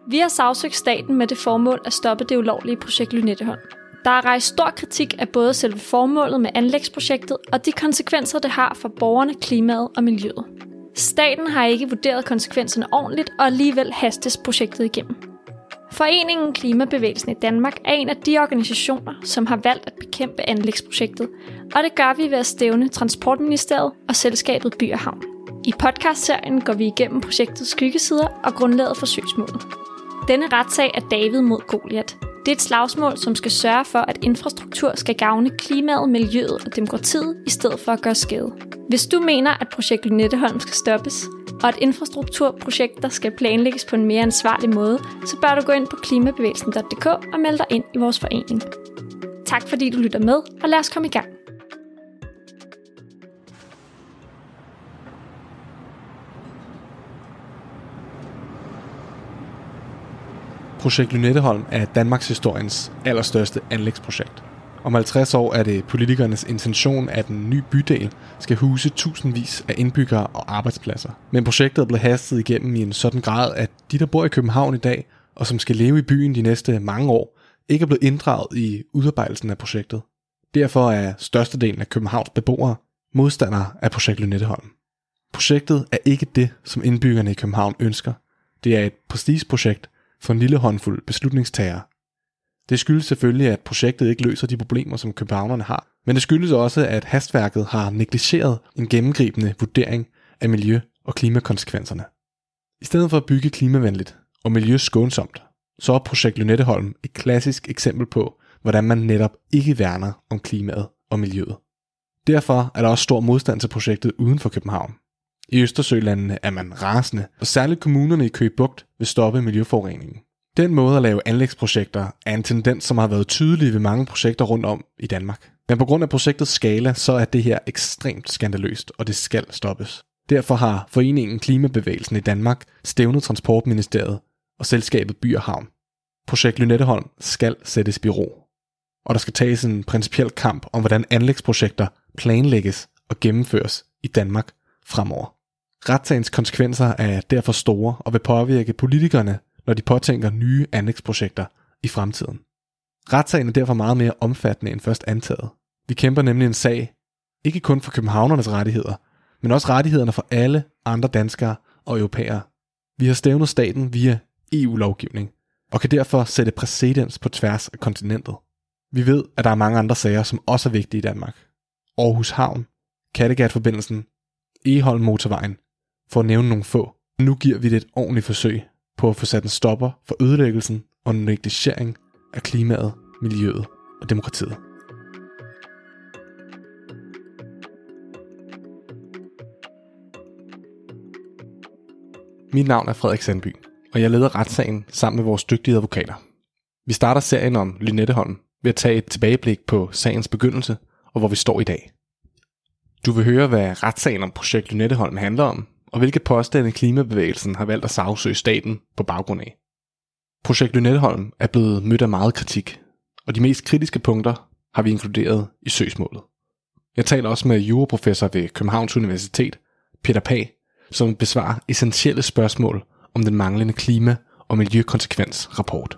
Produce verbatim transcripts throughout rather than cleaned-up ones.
Vi har sagsøgt staten med det formål at stoppe det ulovlige projekt Lynetteholm. Der er rejst stor kritik af både selve formålet med anlægsprojektet og de konsekvenser, det har for borgerne, klimaet og miljøet. Staten har ikke vurderet konsekvenserne ordentligt, og alligevel hastes projektet igennem. Foreningen Klimabevægelsen i Danmark er en af de organisationer, som har valgt at bekæmpe anlægsprojektet, og det gør vi ved at stævne Transportministeriet og selskabet By og Havn. I podcastserien går vi igennem projektets skyggesider og grundlaget for søgsmålet. Denne retssag er David mod Goliat. Det er et slagsmål, som skal sørge for, at infrastruktur skal gavne klimaet, miljøet og demokratiet, i stedet for at gøre skade. Hvis du mener, at projekt Lynetteholm skal stoppes, og at infrastrukturprojekter skal planlægges på en mere ansvarlig måde, så bør du gå ind på klimabevægelsen punktum d k og melde dig ind i vores forening. Tak fordi du lytter med, og lad os komme i gang. Projekt Lynetteholm er Danmarks historiens allerstørste anlægsprojekt. Om halvtreds år er det politikernes intention, at en ny bydel skal huse tusindvis af indbyggere og arbejdspladser. Men projektet er blevet hastet igennem i en sådan grad, at de, der bor i København i dag, og som skal leve i byen de næste mange år, ikke er blevet inddraget i udarbejdelsen af projektet. Derfor er størstedelen af Københavns beboere modstandere af projekt Lynetteholm. Projektet er ikke det, som indbyggerne i København ønsker. Det er et prestigeprojekt for en lille håndfuld beslutningstagere. Det skyldes selvfølgelig, at projektet ikke løser de problemer, som københavnerne har, men det skyldes også, at hastværket har negligeret en gennemgribende vurdering af miljø- og klimakonsekvenserne. I stedet for at bygge klimavenligt og miljøskånsomt, så er projekt Lynetteholm et klassisk eksempel på, hvordan man netop ikke værner om klimaet og miljøet. Derfor er der også stor modstand til projektet uden for København. I Østersølandene er man rasende, og særligt kommunerne i Køge Bugt vil stoppe miljøforureningen. Den måde at lave anlægsprojekter er en tendens, som har været tydelig ved mange projekter rundt om i Danmark. Men på grund af projektets skala, så er det her ekstremt skandaløst, og det skal stoppes. Derfor har Foreningen Klimabevægelsen i Danmark stævnet Transportministeriet og selskabet By og Havn. Projekt Lynetteholm skal sættes i bero, og der skal tages en principiel kamp om, hvordan anlægsprojekter planlægges og gennemføres i Danmark fremover. Retssagens konsekvenser er derfor store og vil påvirke politikerne, når de påtænker nye anlægsprojekter i fremtiden. Retssagen er derfor meget mere omfattende end først antaget. Vi kæmper nemlig en sag, ikke kun for københavnernes rettigheder, men også rettighederne for alle andre danskere og europæere. Vi har stævnet staten via E U-lovgivning, og kan derfor sætte præcedens på tværs af kontinentet. Vi ved, at der er mange andre sager, som også er vigtige i Danmark. Aarhus Havn, Kattegat-forbindelsen, Egholm-motorvejen, for at nævne nogle få. Nu giver vi det et ordentligt forsøg på at få sat en stopper for ødelæggelsen og negligering af klimaet, miljøet og demokratiet. Mit navn er Frederik Sandby, og jeg leder retssagen sammen med vores dygtige advokater. Vi starter serien om Lynetteholm ved at tage et tilbageblik på sagens begyndelse og hvor vi står i dag. Du vil høre, hvad retssagen om projekt Lynetteholm handler om, og hvilke påstande klimabevægelsen har valgt at sagsøge staten på baggrund af. Projekt Lynetteholm er blevet mødt af meget kritik, og de mest kritiske punkter har vi inkluderet i søgsmålet. Jeg taler også med juraprofessor ved Københavns Universitet, Peter Pagh, som besvarer essentielle spørgsmål om den manglende klima- og miljøkonsekvensrapport.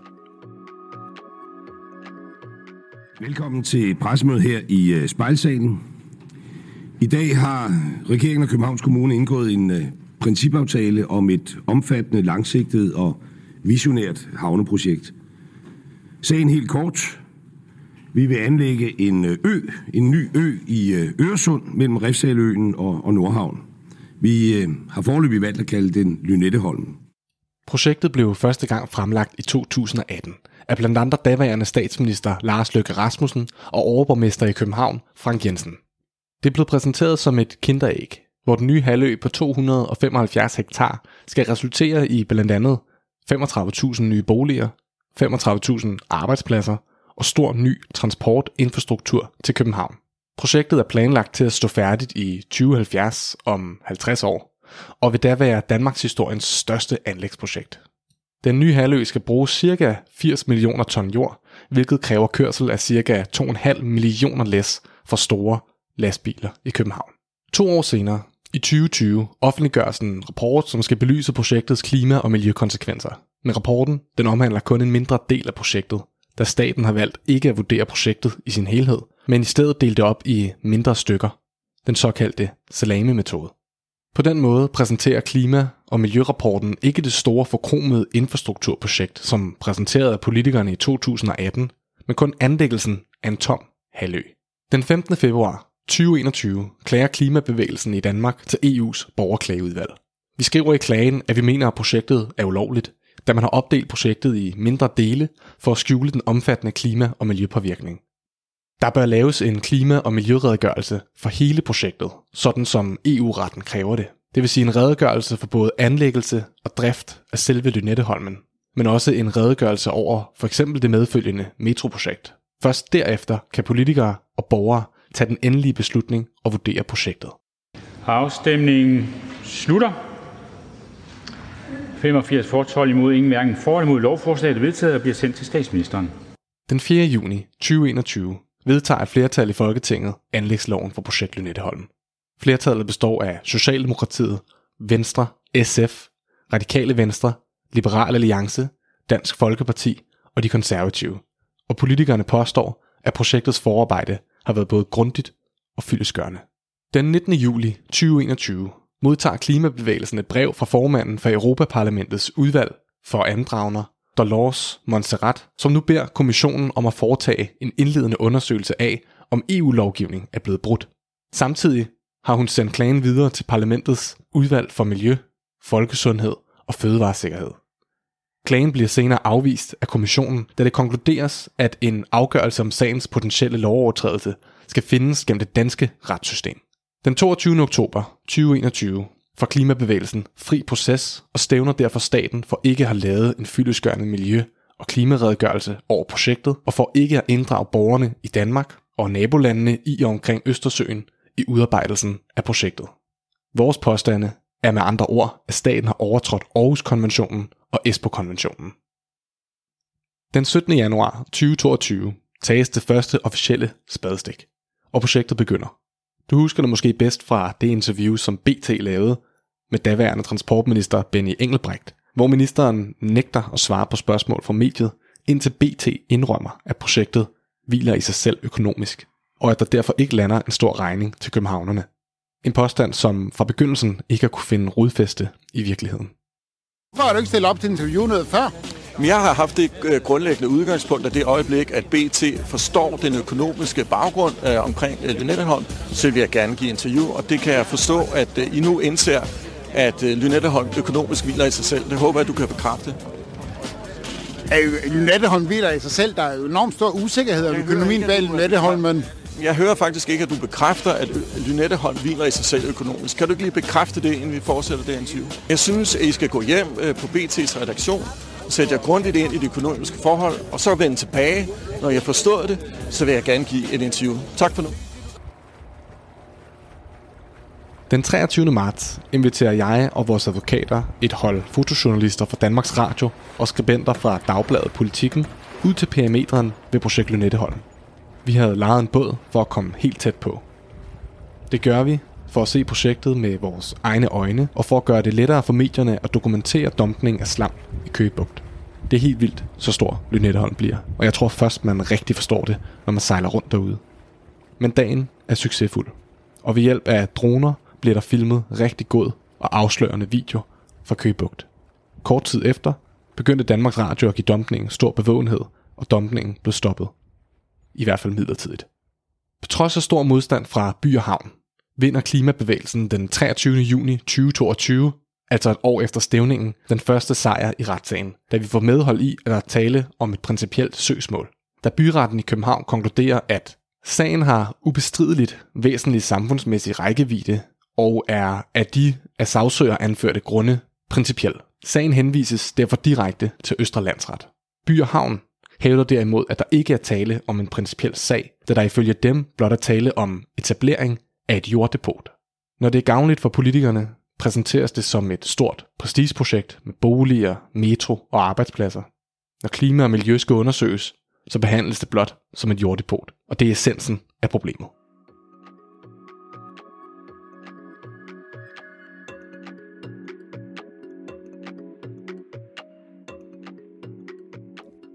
Velkommen til pressemødet her i Spejlsalen. I dag har regeringen og Københavns Kommune indgået en uh, principaftale om et omfattende, langsigtet og visionært havneprojekt. Sagen helt kort. Vi vil anlægge en ø, en ny ø i Øresund mellem Refshaleøen og, og Nordhavn. Vi uh, har foreløbig valgt at kalde den Lynetteholm. Projektet blev første gang fremlagt i to tusind og atten af blandt andre daværende statsminister Lars Løkke Rasmussen og overborgmester i København Frank Jensen. Det blev præsenteret som et kinderæg, hvor den nye halvø på to hundrede og femoghalvfjerds hektar skal resultere i blandt andet femogtredive tusind nye boliger, femogtredive tusind arbejdspladser og stor ny transportinfrastruktur til København. Projektet er planlagt til at stå færdigt i tyve halvfjerds om halvtreds år, og vil da være Danmarks historiens største anlægsprojekt. Den nye halvø skal bruge ca. firs millioner ton jord, hvilket kræver kørsel af ca. to komma fem millioner læs for store lastbiler i København. To år senere, I tyve tyve offentliggøres en rapport, som skal belyse projektets klima- og miljøkonsekvenser. Men rapporten den omhandler kun en mindre del af projektet, da staten har valgt ikke at vurdere projektet i sin helhed, men i stedet dele det op i mindre stykker, den såkaldte salami-metode. På den måde præsenterer klima- og miljørapporten ikke det store forkromede infrastrukturprojekt, som præsenteret af politikerne i to tusind og atten, men kun anlæggelsen af en tom halvø. Den femtende februar tyve enogtyve klager klimabevægelsen i Danmark til E U's borgerklageudvalg. Vi skriver i klagen, at vi mener, at projektet er ulovligt, da man har opdelt projektet i mindre dele for at skjule den omfattende klima- og miljøpåvirkning. Der bør laves en klima- og miljøredegørelse for hele projektet, sådan som E U-retten kræver det. Det vil sige en redegørelse for både anlæggelse og drift af selve Lynetteholmen, men også en redegørelse over for eksempel det medfølgende metroprojekt. Først derefter kan politikere og borgere tage den endelige beslutning og vurdere projektet. Afstemningen slutter. femogfirs for, tolv imod, ingen hverken for eller imod. Lovforslaget er vedtaget og bliver sendt til statsministeren. Den fjerde juni tyve enogtyve vedtager et flertal i Folketinget anlægsloven for projekt Lynetteholm. Flertallet består af Socialdemokratiet, Venstre, S F, Radikale Venstre, Liberal Alliance, Dansk Folkeparti og de konservative. Og politikerne påstår, at projektets forarbejde har været både grundigt og fyldestgørende. Den nittende juli tyve enogtyve modtager klimabevægelsen et brev fra formanden for Europaparlamentets udvalg for andragner, Dolores Montserrat, som nu beder kommissionen om at foretage en indledende undersøgelse af, om E U-lovgivning er blevet brudt. Samtidig har hun sendt klagen videre til parlamentets udvalg for miljø, folkesundhed og fødevaresikkerhed. Klagen bliver senere afvist af kommissionen, da det konkluderes, at en afgørelse om sagens potentielle lovovertrædelse skal findes gennem det danske retssystem. Den toogtyvende oktober tyve enogtyve får klimabevægelsen fri proces og stævner derfor staten for ikke at have lavet en fyldestgørende miljø- og klimaredegørelse over projektet og for ikke at inddrage borgerne i Danmark og nabolandene i og omkring Østersøen i udarbejdelsen af projektet. Vores påstande er med andre ord, at staten har overtrådt Aarhus-konventionen og Espoo-konventionen. Den syttende januar tyve toogtyve tages det første officielle spadestik, og projektet begynder. Du husker det måske bedst fra det interview, som B T lavede med daværende transportminister Benny Engelbrecht, hvor ministeren nægter at svare på spørgsmål fra mediet, indtil B T indrømmer, at projektet hviler i sig selv økonomisk, og at der derfor ikke lander en stor regning til københavnerne. En påstand, som fra begyndelsen ikke har kunne finde rodfæste i virkeligheden. Hvorfor har du ikke stillet op til interview noget før? Jeg har haft det grundlæggende udgangspunkt af det øjeblik, at B T forstår den økonomiske baggrund øh, omkring øh, Lynetteholm, så vil jeg gerne give interview, og det kan jeg forstå, at øh, I nu indser, at øh, Lynetteholm økonomisk hviler i sig selv. Det håber jeg, du kan bekræfte. Lynetteholm hviler i sig selv. Der er jo enormt stor usikkerhed om økonomien bag Lynetteholm, men... Jeg hører faktisk ikke, at du bekræfter, at Lynetteholm hviler i sig selv økonomisk. Kan du ikke lige bekræfte det, inden vi fortsætter det interview? Jeg synes, at I skal gå hjem øh, på B T's redaktion, sætte jer grundigt ind i de økonomiske forhold, og så vende tilbage. Når jeg har forstået det, så vil jeg gerne give et interview. Tak for nu. Den treogtyvende marts inviterer jeg og vores advokater et hold fotojournalister fra Danmarks Radio og skribenter fra Dagbladet Politikken ud til perimeteren ved projekt Lynetteholm. Vi havde lejet en båd for at komme helt tæt på. Det gør vi for at se projektet med vores egne øjne og for at gøre det lettere for medierne at dokumentere dumpning af slam i Køge Bugt. Det er helt vildt, så stor Lynetteholm bliver, og jeg tror først, man rigtig forstår det, når man sejler rundt derude. Men dagen er succesfuld, og ved hjælp af droner bliver der filmet rigtig god og afslørende video fra Køge Bugt. Kort tid efter begyndte Danmarks Radio at give dumpningen stor bevågenhed, og dumpningen blev stoppet. I hvert fald midlertidigt. På trods af stor modstand fra by og havn, vinder klimabevægelsen den treogtyvende juni tyve toogtyve, altså et år efter stævningen, den første sejr i retssagen, da vi får medhold i, at der er tale om et principielt søgsmål. Da byretten i København konkluderer, at sagen har ubestrideligt væsentlig samfundsmæssig rækkevidde og er af de af sagsøger anførte grunde principiel. Sagen henvises derfor direkte til Østre Landsret. By og havn hævder derimod, at der ikke er tale om en principiel sag, da der ifølge dem blot er tale om etablering af et jorddepot. Når det er gavnligt for politikerne, præsenteres det som et stort prestigeprojekt med boliger, metro og arbejdspladser. Når klima og miljø skal undersøges, så behandles det blot som et jorddepot, og det er essensen af problemet.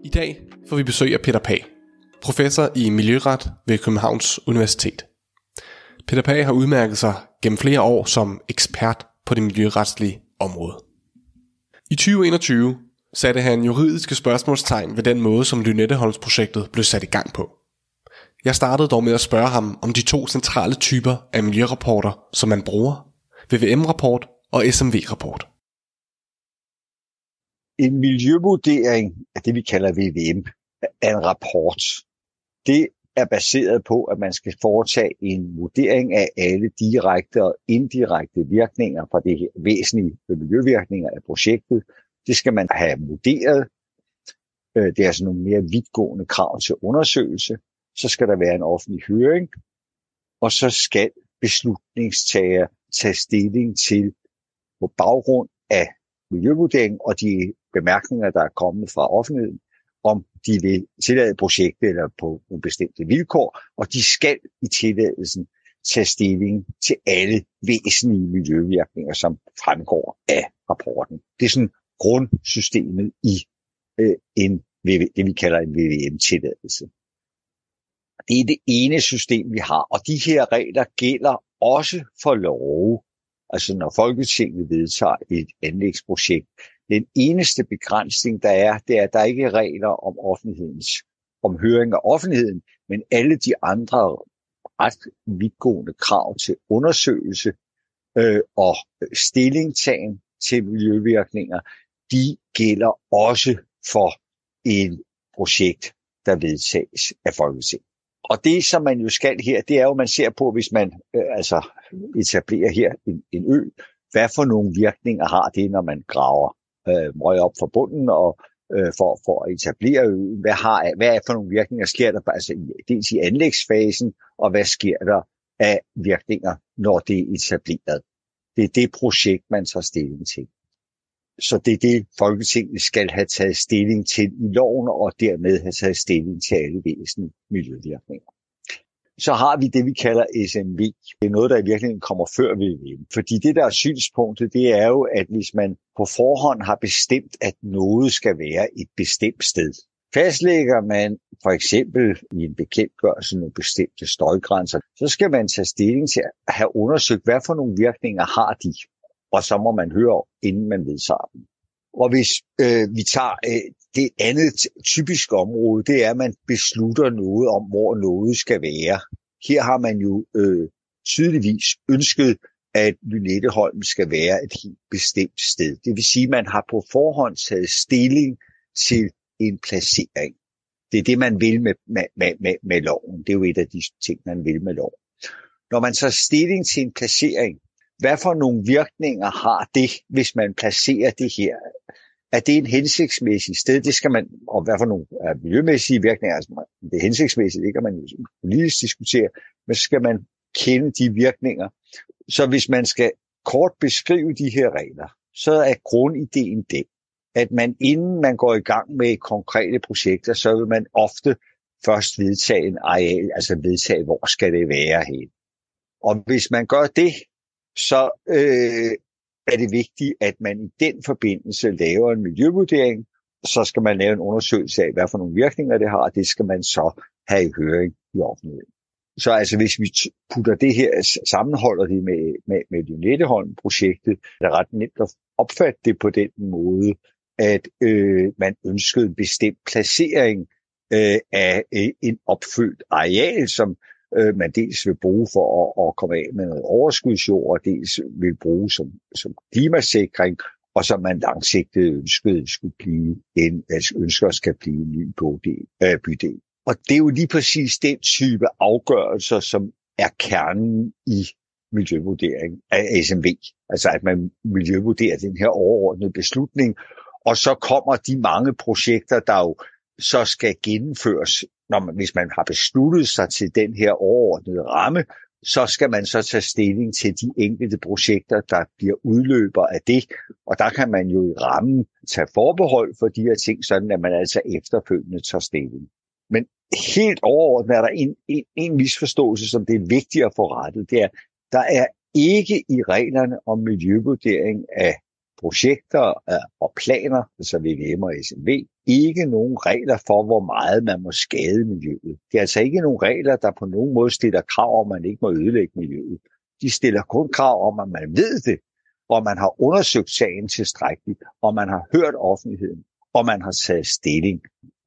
I dag får vi besøg af Peter Pagh, professor i miljøret ved Københavns Universitet. Peter Pagh har udmærket sig gennem flere år som ekspert på det miljøretslige område. I tyve enogtyve satte han juridiske spørgsmålstegn ved den måde, som Lynetteholmsprojektet blev sat i gang på. Jeg startede dog med at spørge ham om de to centrale typer af miljørapporter, som man bruger, V V M-rapport og S M V-rapport. En miljøvurdering af det, vi kalder V V M, er en rapport. Det er baseret på, at man skal foretage en vurdering af alle direkte og indirekte virkninger fra det her væsentlige miljøvirkninger af projektet. Det skal man have vurderet. Det er altså nogle mere vidtgående krav til undersøgelse. Så skal der være en offentlig høring, og så skal beslutningstager tage stilling til på baggrund af miljøvurderingen og de bemærkninger, der er kommet fra offentligheden, om de vil tillade projektet eller på nogle bestemte vilkår, og de skal i tilladelsen tage stilling til alle væsentlige miljøvirkninger, som fremgår af rapporten. Det er sådan grundsystemet i øh, en, det, vi kalder en V V M-tilladelse. Det er det ene system, vi har, og de her regler gælder også for love. Altså når Folketinget vedtager et anlægsprojekt. Den eneste begrænsning, der er, det er, at der ikke er regler om offentlighedens, om høring af offentligheden, men alle de andre ret vidtgående krav til undersøgelse øh, og stillingtagen til miljøvirkninger, de gælder også for et projekt, der vedtages af Folketinget. Og det, som man jo skal her, det er jo, man ser på, hvis man øh, altså etablerer her en, en ø, hvad for nogle virkninger har det, når man graver øh, møg op fra bunden og øh, for, for at etablere øen. Hvad, har, hvad er for nogle virkninger sker der altså dels i anlægsfasen, og hvad sker der af virkninger, når det er etableret. Det er det projekt, man tager stilling til. Så det er det, Folketinget skal have taget stilling til i loven, og dermed have taget stilling til alle væsentlige miljøvirkninger. Så har vi det, vi kalder S M V. Det er noget, der i virkeligheden kommer før V V M. Fordi det, der er synspunktet, det er jo, at hvis man på forhånd har bestemt, at noget skal være et bestemt sted, fastlægger man for eksempel i en bekendtgørelse nogle bestemte støjgrænser, så skal man tage stilling til at have undersøgt, hvad for nogle virkninger har de. Og så må man høre, inden man vedtager dem. Og hvis øh, vi tager øh, det andet typiske område, det er, at man beslutter noget om, hvor noget skal være. Her har man jo øh, tydeligvis ønsket, at Lynetteholm skal være et helt bestemt sted. Det vil sige, at man har på forhånd taget stilling til en placering. Det er det, man vil med, med, med, med, med loven. Det er jo et af de ting, man vil med loven. Når man tager stilling til en placering, hvad for nogle virkninger har det, hvis man placerer det her? Er det en hensigtsmæssig sted? Det skal man, og hvad for nogle er miljømæssige virkninger? Altså, det er hensigtsmæssigt, det kan man jo politisk diskutere, men så skal man kende de virkninger. Så hvis man skal kort beskrive de her regler, så er grundideen det, at man inden man går i gang med konkrete projekter, så vil man ofte først vedtage en areal, altså vedtage, hvor skal det være hen. Og hvis man gør det, så øh, er det vigtigt, at man i den forbindelse laver en miljøvurdering. Så skal man lave en undersøgelse af, hvad for nogle virkninger det har, og det skal man så have i høring i offentligheden. Så altså, hvis vi putter det her, sammenholder det med, med, med Lynetteholm-projektet, er det ret nemt at opfatte det på den måde, at øh, man ønskede en bestemt placering øh, af øh, en opfyldt areal, som øh, man dels vil bruge for at, at komme af med noget overskudsjord, og dels vil bruge som, som klimasikring, og som man langsigtet ønskede skulle blive en, altså ønsker skal blive en ny bydel, øh, bydel. Og det er jo lige præcis den type afgørelser, som er kernen i miljøvurdering af S M V. Altså at man miljøvurderer den her overordnede beslutning, og så kommer de mange projekter, der jo så skal gennemføres. Når man, hvis man har besluttet sig til den her overordnede ramme, så skal man så tage stilling til de enkelte projekter, der bliver udløber af det. Og der kan man jo i rammen tage forbehold for de her ting, sådan at man altså efterfølgende tager stilling. Men helt overordnet er der en, en, en misforståelse, som det er vigtigt at få rettet. Det er, der er ikke i reglerne om miljøvurdering af projekter og planer, altså V V M og S M V, ikke nogen regler for, hvor meget man må skade miljøet. Det er altså ikke nogen regler, der på nogen måde stiller krav om, at man ikke må ødelægge miljøet. De stiller kun krav om, at man ved det, og man har undersøgt sagen tilstrækkeligt, og man har hørt offentligheden, og man har taget stilling.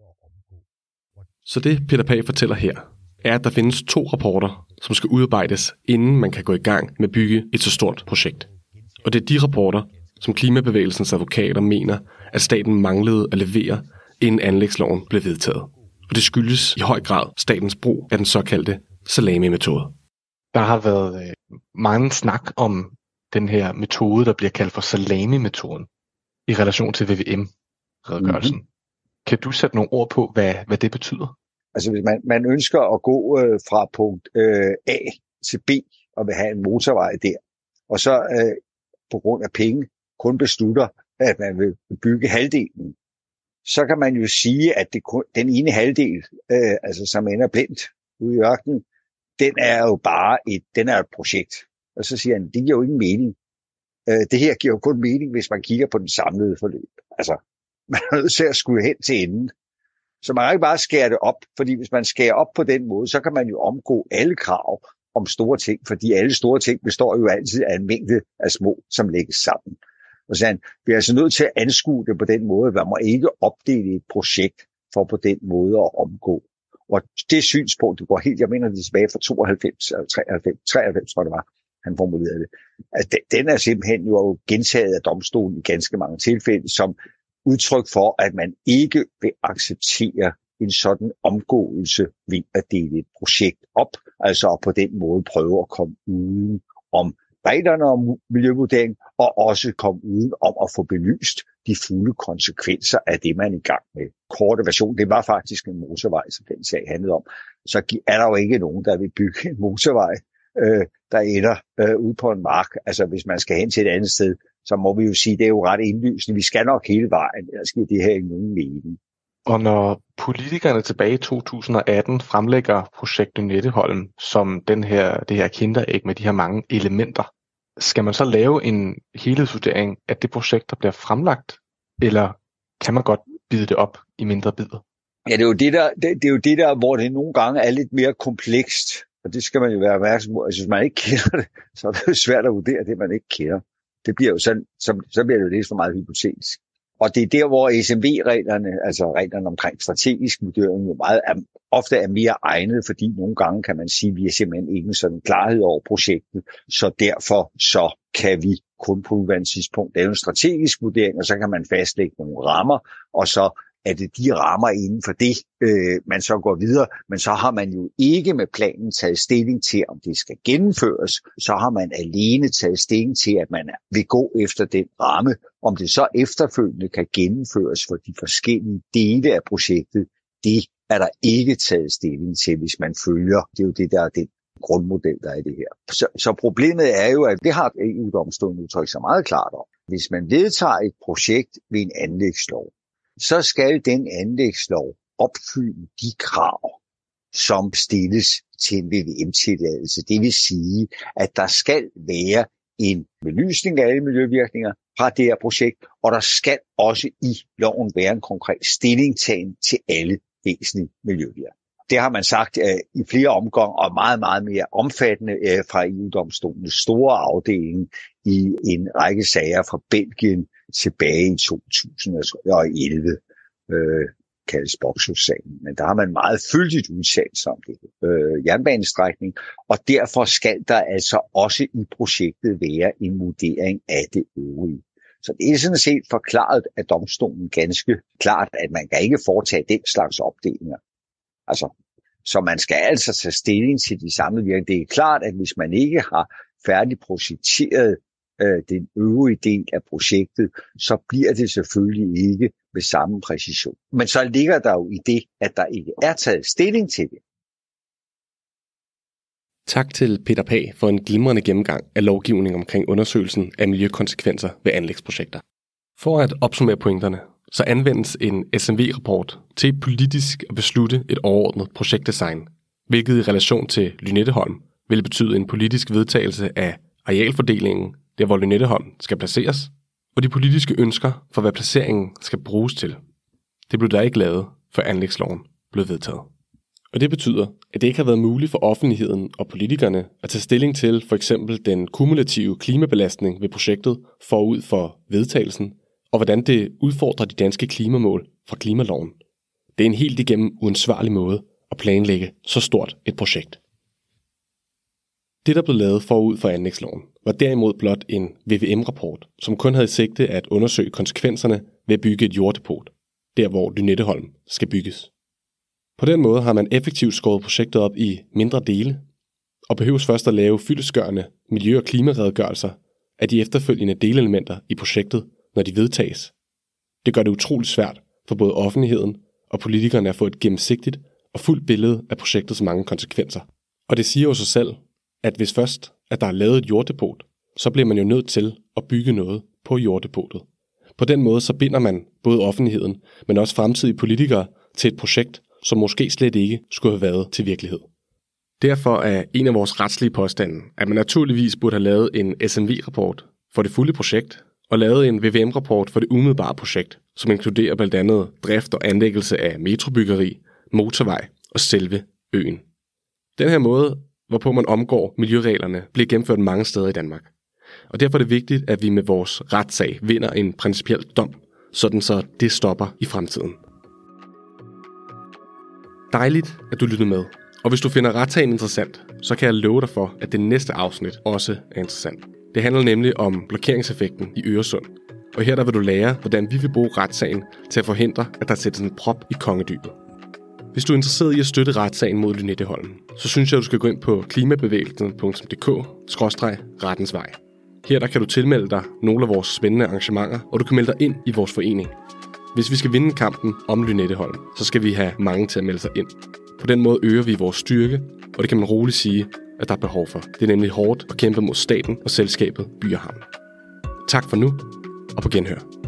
Så det Peter Pagh fortæller her, er, at der findes to rapporter, som skal udarbejdes, inden man kan gå i gang med at bygge et så stort projekt. Og det er de rapporter, som klimabevægelsens advokater mener, at staten manglede at levere, inden anlægsloven blev vedtaget. Og det skyldes i høj grad statens brug af den såkaldte salami-metode. Der har været øh, meget snak om den her metode, der bliver kaldt for salami-metoden, i relation til V V M-redegørelsen. Mm-hmm. Kan du sætte nogle ord på, hvad, hvad det betyder? Altså hvis man, man ønsker at gå øh, fra punkt øh, A til B og vil have en motorvej der, og så øh, på grund af penge kun beslutter, at man vil bygge halvdelen, så kan man jo sige, at det kun, den ene halvdel, øh, altså som ender blindt ude i ørkenen, den er jo bare et, den er et projekt. Og så siger han, det giver jo ingen mening. Øh, det her giver jo kun mening, hvis man kigger på den samlede forløb. Altså, man er nødt til at skue hen til enden. Så man kan ikke bare skære det op, fordi hvis man skærer op på den måde, så kan man jo omgå alle krav om store ting, fordi alle store ting består jo altid af en mængde af små, som lægges sammen. Og så han, vi er altså nødt til at anskue det på den måde, at man må ikke opdele et projekt for på den måde at omgå. Og det synspunkt, det går helt, jeg mener det er tilbage fra tooghalvfems eller treoghalvfems, treoghalvfems tror jeg det var, han formulerede det. Altså, den er simpelthen jo gentaget af domstolen i ganske mange tilfælde, som udtryk for, at man ikke vil acceptere en sådan omgåelse ved at dele et projekt op, altså på den måde prøve at komme uden om reglerne om miljøvurdering, og også komme uden om at få belyst de fulde konsekvenser af det, man er i gang med. Korte version, det var faktisk en motorvej, som den sag handlede om. Så er der jo ikke nogen, der vil bygge en motorvej, øh, der ender øh, ude på en mark. Altså hvis man skal hen til et andet sted, så må vi jo sige, det er jo ret indlysende. Vi skal nok hele vejen, ellers skal det her ikke nogen mening. Og når politikerne tilbage i to tusind og atten fremlægger projekt Lynetteholm som den her, det her kinderæg med de her mange elementer, skal man så lave en helhedsvurdering af det projekt, der bliver fremlagt, eller kan man godt bide det op i mindre bidder? Ja, det er jo det der, det, det er jo det der, hvor det nogle gange er lidt mere komplekst, og det skal man jo være opmærksom på. Altså, hvis man ikke kender det, så er det jo svært at vurdere det, man ikke kender. Det bliver jo sådan, så, så bliver det jo lidt for meget hypotetisk. Og det er der, hvor S M V-reglerne, altså reglerne omkring strategisk vurdering, jo meget er, ofte er mere egnet, fordi nogle gange kan man sige, at vi er simpelthen ikke sådan klarhed over projektet, så derfor så kan vi kun på nuværende tidspunkt lave en strategisk vurdering, og så kan man fastlægge nogle rammer, og så er det de rammer inden for det, øh, man så går videre. Men så har man jo ikke med planen taget stilling til, om det skal gennemføres. Så har man alene taget stilling til, at man vil gå efter den ramme. Om det så efterfølgende kan gennemføres for de forskellige dele af projektet, det er der ikke taget stilling til, hvis man følger. Det er jo det, der er den grundmodel, der er i det her. Så, så problemet er jo, at det har E U-domstolen udtrykt sig meget klart om. Hvis man vedtager et projekt ved en anlægslov, så skal den anlægslov opfylde de krav, som stilles til en V V M-tilladelse. Det vil sige, at der skal være en belysning af alle miljøvirkninger fra det her projekt, og der skal også i loven være en konkret stillingtagen til alle væsentlige miljøvirkninger. Det har man sagt uh, i flere omgange, og meget, meget mere omfattende uh, fra E U-domstolens store afdeling i en række sager fra Belgien tilbage i to tusind og elleve, øh, kaldes Boxus-sagen. Men der har man meget fyldigt udtalt sig om det øh, jernbanestrækning, og derfor skal der altså også i projektet være en vurdering af det øvrige. Så det er sådan set forklaret af domstolen ganske klart, at man kan ikke foretage den slags opdelinger. Altså, så man skal altså tage stilling til de samlede virkninger. Det er klart, at hvis man ikke har færdigt projekteret øh, den øvrige del af projektet, så bliver det selvfølgelig ikke med samme præcision. Men så ligger der jo i det, at der ikke er taget stilling til det. Tak til Peter Pagh for en glimrende gennemgang af lovgivning omkring undersøgelsen af miljøkonsekvenser ved anlægsprojekter. For at opsummere pointerne, så anvendes en S M V-rapport til politisk at beslutte et overordnet projektdesign, hvilket i relation til Lynetteholm vil betyde en politisk vedtagelse af arealfordelingen, der hvor Lynetteholm skal placeres, og de politiske ønsker for, hvad placeringen skal bruges til. Det blev der ikke lavet, før anlægsloven blev vedtaget. Og det betyder, at det ikke har været muligt for offentligheden og politikerne at tage stilling til for eksempel den kumulative klimabelastning ved projektet forud for vedtagelsen, og hvordan det udfordrer de danske klimamål fra klimaloven. Det er en helt igennem uansvarlig måde at planlægge så stort et projekt. Det, der blev lavet forud for anlægsloven, var derimod blot en V V M-rapport, som kun havde i sigte at undersøge konsekvenserne ved at bygge et jorddepot, der hvor Lynetteholm skal bygges. På den måde har man effektivt skåret projektet op i mindre dele, og behøves først at lave fyldestgørende miljø- og klimaredegørelser af de efterfølgende delelementer i projektet, når de vedtages. Det gør det utroligt svært for både offentligheden og politikerne at få et gennemsigtigt og fuldt billede af projektets mange konsekvenser. Og det siger jo sig selv, at hvis først at der er lavet et jorddepot, så bliver man jo nødt til at bygge noget på jorddepotet. På den måde så binder man både offentligheden, men også fremtidige politikere til et projekt, som måske slet ikke skulle have været til virkelighed. Derfor er en af vores retslige påstande, at man naturligvis burde have lavet en S M V-rapport for det fulde projekt, og lavet en V V M-rapport for det umiddelbare projekt, som inkluderer blandt andet drift og anlæggelse af metrobyggeri, motorvej og selve øen. Den her måde, hvorpå man omgår miljøreglerne, bliver gennemført mange steder i Danmark. Og derfor er det vigtigt, at vi med vores retssag vinder en principiel dom, sådan så det stopper i fremtiden. Dejligt, at du lyttede med. Og hvis du finder retssagen interessant, så kan jeg love dig for, at det næste afsnit også er interessant. Det handler nemlig om blokeringseffekten i Øresund. Og her der vil du lære, hvordan vi vil bruge retssagen til at forhindre, at der sættes en prop i Kongedybet. Hvis du er interesseret i at støtte retssagen mod Lynetteholm, så synes jeg, at du skal gå ind på klimabevægelsen punktum d k skråstreg rettens vej. Her der kan du tilmelde dig nogle af vores spændende arrangementer, og du kan melde dig ind i vores forening. Hvis vi skal vinde kampen om Lynetteholm, så skal vi have mange til at melde sig ind. På den måde øger vi vores styrke, og det kan man roligt sige, at der er behov for. Det er nemlig hårdt at kæmpe mod staten og selskabet By og Havn. Tak for nu, og på genhør.